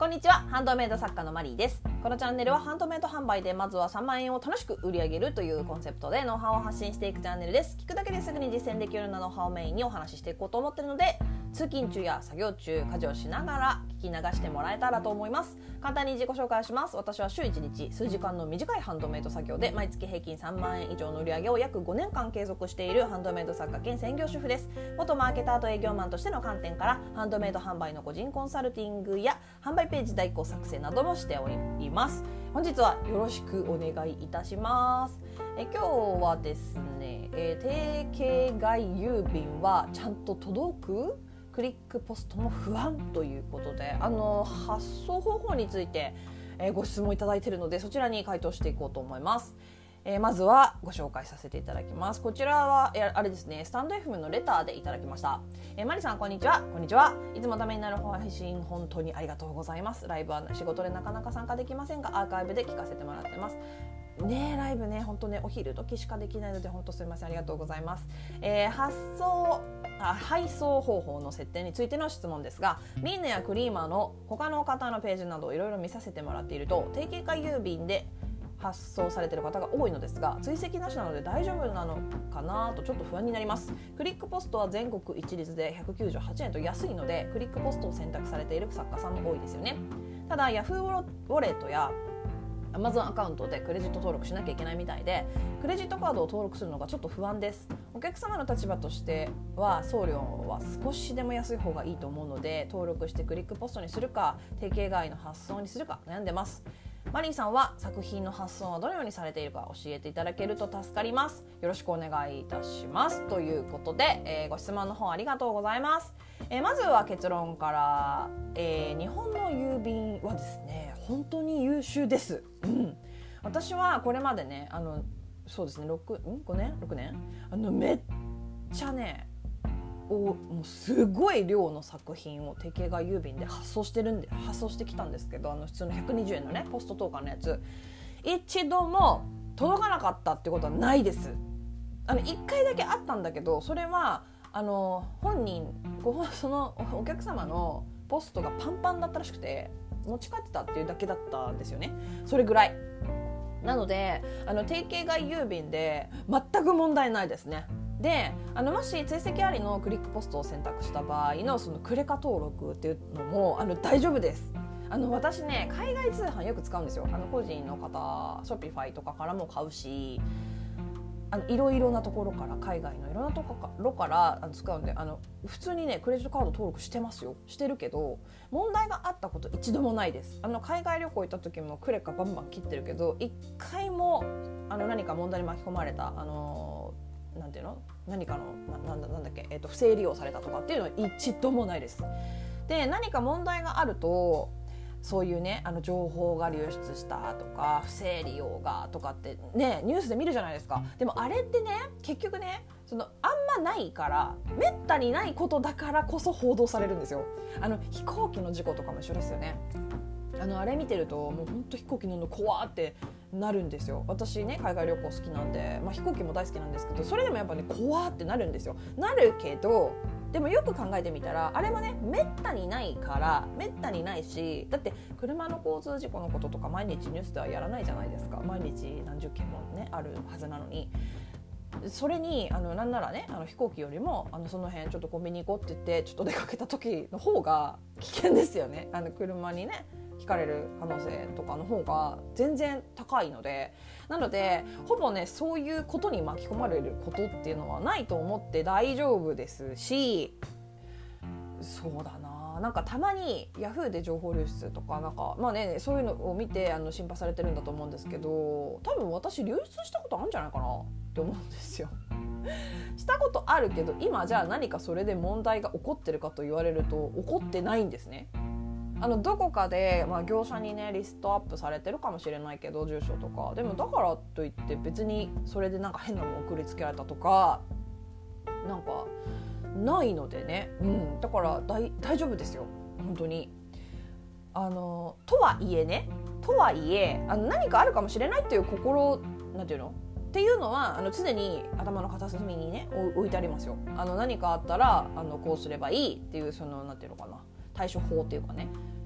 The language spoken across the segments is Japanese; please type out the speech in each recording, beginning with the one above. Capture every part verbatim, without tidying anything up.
こんにちは、ハンドメイド作家のマリーです。このチャンネルはハンドメイド販売でまずはさんまんえんを楽しく売り上げるというコンセプトでノウハウを発信していくチャンネルです。聞くだけですぐに実践できるようなノウハウをメインにお話ししていこうと思っているので、通勤中や作業中、家事をしながら聞き流してもらえたらと思います。簡単に自己紹介します。私は週いちにち数時間の短いハンドメイド作業で毎月平均さんまんえん以上の売り上げを約ごねんかん継続しているハンドメイド作家兼専業主婦です。元マーケターと営業マンとしての観点からハンドメイド販売の個人コンサルティングや販売ページ代行作成などもしております。本日はよろしくお願いいたします。え今日はですね、えー、定型外郵便はちゃんと届く？クリックポストも不安ということで、あの発送方法について、えー、ご質問いただいているので、そちらに回答していこうと思います。えー、まずはご紹介させていただきます。こちらはあれですね、スタンド エフエム のレターでいただきました。えー、マリさんこんにちは。こんにちは。いつもためになる配信本当にありがとうございます。ライブは仕事でなかなか参加できませんが、アーカイブで聞かせてもらってます。ね、ライブね、本当ね、お昼時しかできないので本当すみません、ありがとうございます。えー、発送あ配送方法の設定についての質問ですが、ミーネやクリーマーの他の方のページなどいろいろ見させてもらっていると、定型化郵便で発送されている方が多いのですが、追跡なしなので大丈夫なのかなとちょっと不安になります。クリックポストは全国一律でひゃくきゅうじゅうはちえんと安いので、クリックポストを選択されている作家さんも多いですよね。ただ Yahoo ウォレットやAmazon アカウントでクレジット登録しなきゃいけないみたいで、クレジットカードを登録するのがちょっと不安です。お客様の立場としては送料は少しでも安い方がいいと思うので、登録してクリックポストにするか定型外の発送にするか悩んでます。マリーさんは作品の発送はどのようにされているか教えていただけると助かります。よろしくお願いいたします。ということで、えー、ご質問の方ありがとうございます。えー、まずは結論から、えー、日本の郵便はですね、本当に優秀です。うん、私はこれまでね、あのそうですね、ろく、ごねんろくねんあのめっちゃねおもうすごい量の作品を定型外郵便で発送してるんで発送してきたんですけど、あの普通のひゃくにじゅうえんのねポスト投函のやつ一度も届かなかったってことはないです。あのいっかいだけあったんだけど、それはあの本人ごそのお客様のポストがパンパンだったらしくて持ち帰ってたっていうだけだったんですよね。それぐらいなので、あの定型外郵便で全く問題ないですね。で、あのもし追跡ありのクリックポストを選択した場合のそのクレカ登録っていうのもあの大丈夫です。あの私ね、海外通販よく使うんですよ。あの個人の方、ショピファイとかからも買うし、あのいろいろなところから海外のいろんなところからあの使うんで、あの普通にねクレジットカード登録してますよ。してるけど問題があったこと一度もないです。あの海外旅行行った時もクレカバンバン切ってるけど、一回もあの何か問題に巻き込まれた、あのなんていうの何かの な, なんだなんだっけ、えーと、不正利用されたとかっていうのは一度もないです。で、何か問題があるとそういうね、あの情報が流出したとか不正利用がとかってねニュースで見るじゃないですか。でもあれってね、結局ね、そのあんまないから、めったにないことだからこそ報道されるんですよ。あの飛行機の事故とかも一緒ですよね。あのあれ見てるともう本当飛行機乗るの怖ってなるんですよ。私ね海外旅行好きなんで、まあ、飛行機も大好きなんですけど、それでもやっぱね怖ってなるんですよ。なるけどでもよく考えてみたら、あれはねめったにないからめったにないし、だって車の交通事故のこととか毎日ニュースではやらないじゃないですか。毎日何十件もねあるはずなのに、それにあのなんならね、あの飛行機よりもあのその辺ちょっとコンビニ行こうって言ってちょっと出かけた時の方が危険ですよね。あの車にねひかれる可能性とかの方が全然高いので、なのでほぼねそういうことに巻き込まれることっていうのはないと思って大丈夫ですし、そうだな、なんかたまにヤフーで情報流出とかなんかまあね、そういうのを見てあの心配されてるんだと思うんですけど、多分私流出したことあるんじゃないかなって思うんですよ。したことあるけど、今じゃあ何かそれで問題が起こってるかと言われると起こってないんですね。あのどこかで、まあ、業者にねリストアップされてるかもしれないけど、住所とかでもだからといって別にそれでなんか変なもの送りつけられたとかなんかないのでね、うん、だから大、大丈夫ですよ本当に。あのとはいえねとはいえあの何かあるかもしれないっていう心なんていうのっていうのはあの常に頭の片隅にね置いてありますよ。あの何かあったらあのこうすればいいっていう、そのなんていうのかな、対処法っていうかね、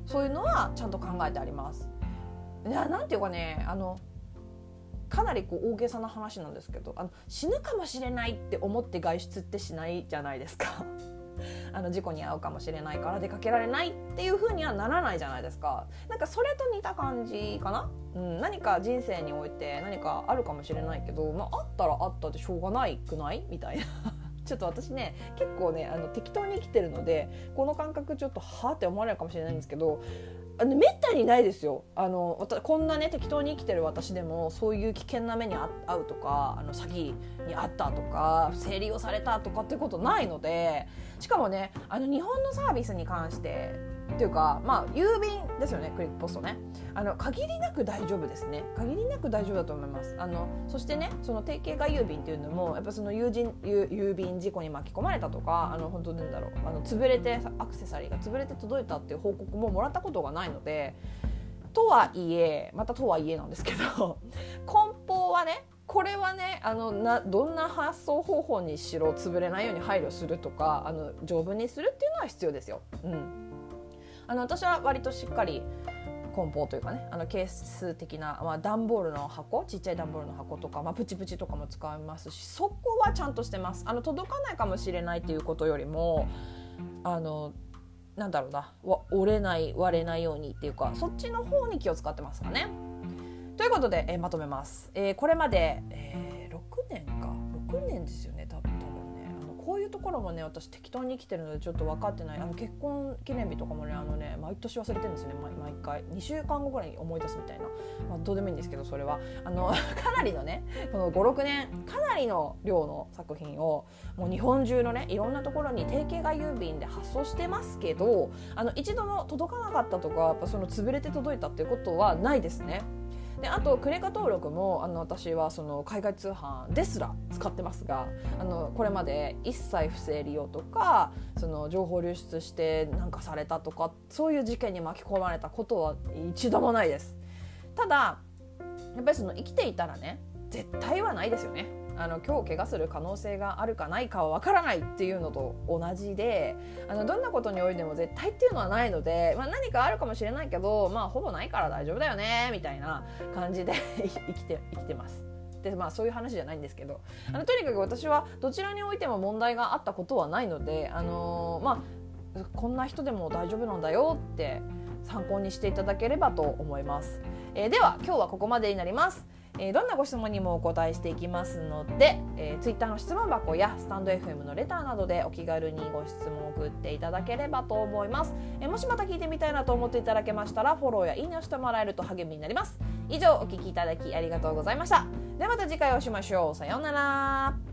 そういうのはちゃんと考えてあります。いや、なんていうかね、あのかなりこう大げさな話なんですけど、あの死ぬかもしれないって思って外出ってしないじゃないですかあの事故に遭うかもしれないから出かけられないっていう風にはならないじゃないですか。なんかそれと似た感じかな、うん、何か人生において何かあるかもしれないけど、まあ、あったらあったでしょうがないくないみたいなちょっと私ね結構ねあの適当に生きてるのでこの感覚ちょっとはって思われるかもしれないんですけど、あのめったにないですよ。あのこんなね適当に生きてる私でもそういう危険な目に遭うとか、あの詐欺に遭ったとか不正利用されたとかっていうことないので、しかもねあの日本のサービスに関してっていうか、まあ郵便ですよね、クリックポストね、あの限りなく大丈夫ですね。限りなく大丈夫だと思います。あのそしてね、その定型外郵便っていうのもやっぱその友人郵便事故に巻き込まれたとか、あの本当なんだろう、あの潰れてアクセサリーが潰れて届いたっていう報告ももらったことがないので、とはいえまたとはいえなんですけど梱包はね、これはねあのなどんな発送方法にしろ潰れないように配慮するとか、あの丈夫にするっていうのは必要ですよ。うん、あの私は割としっかり梱包というかね、あのケース的な、まあ、段ボールの箱、ちっちゃい段ボールの箱とか、まあ、プチプチとかも使いますし、そこはちゃんとしてます。あの届かないかもしれないっていうことよりも、あのなんだろうな、折れない割れないようにっていうか、そっちの方に気を使ってますかね。ということで、えー、まとめます。えー、これまで、えー、ろくねんかろくねんですよね、多分ね。あのこういうところもね私適当に生きてるのでちょっと分かってない。あの結婚記念日とかもねあのね毎年忘れてるんですよね。毎, 毎回にしゅうかんごぐらいに思い出すみたいな、まあ、どうでもいいんですけど、それはあのかなりのねこのごろくねんかなりの量の作品をもう日本中のねいろんなところに定型外郵便で発送してますけど、あの一度も届かなかったとかやっぱその潰れて届いたっていうことはないですね。であとクレカ登録もあの私はその海外通販ですら使ってますが、あのこれまで一切不正利用とかその情報流出してなんかされたとかそういう事件に巻き込まれたことは一度もないです。ただやっぱりその生きていたらね絶対はないですよね。あの今日怪我する可能性があるかないかはわからないっていうのと同じで、あのどんなことにおいても絶対っていうのはないので、まあ、何かあるかもしれないけど、まあ、ほぼないから大丈夫だよねみたいな感じで生きて生きてます。でまあそういう話じゃないんですけど、あのとにかく私はどちらにおいても問題があったことはないので、あのー、まあこんな人でも大丈夫なんだよって参考にしていただければと思います。えー、では今日はここまでになります。えー、どんなご質問にもお答えしていきますので、えー、Twitter の質問箱やスタンド エフエム のレターなどでお気軽にご質問を送っていただければと思います。えー、もしまた聞いてみたいなと思っていただけましたらフォローやいいねをしてもらえると励みになります。以上お聞きいただきありがとうございました。ではまた次回お会いしましょう。さようなら。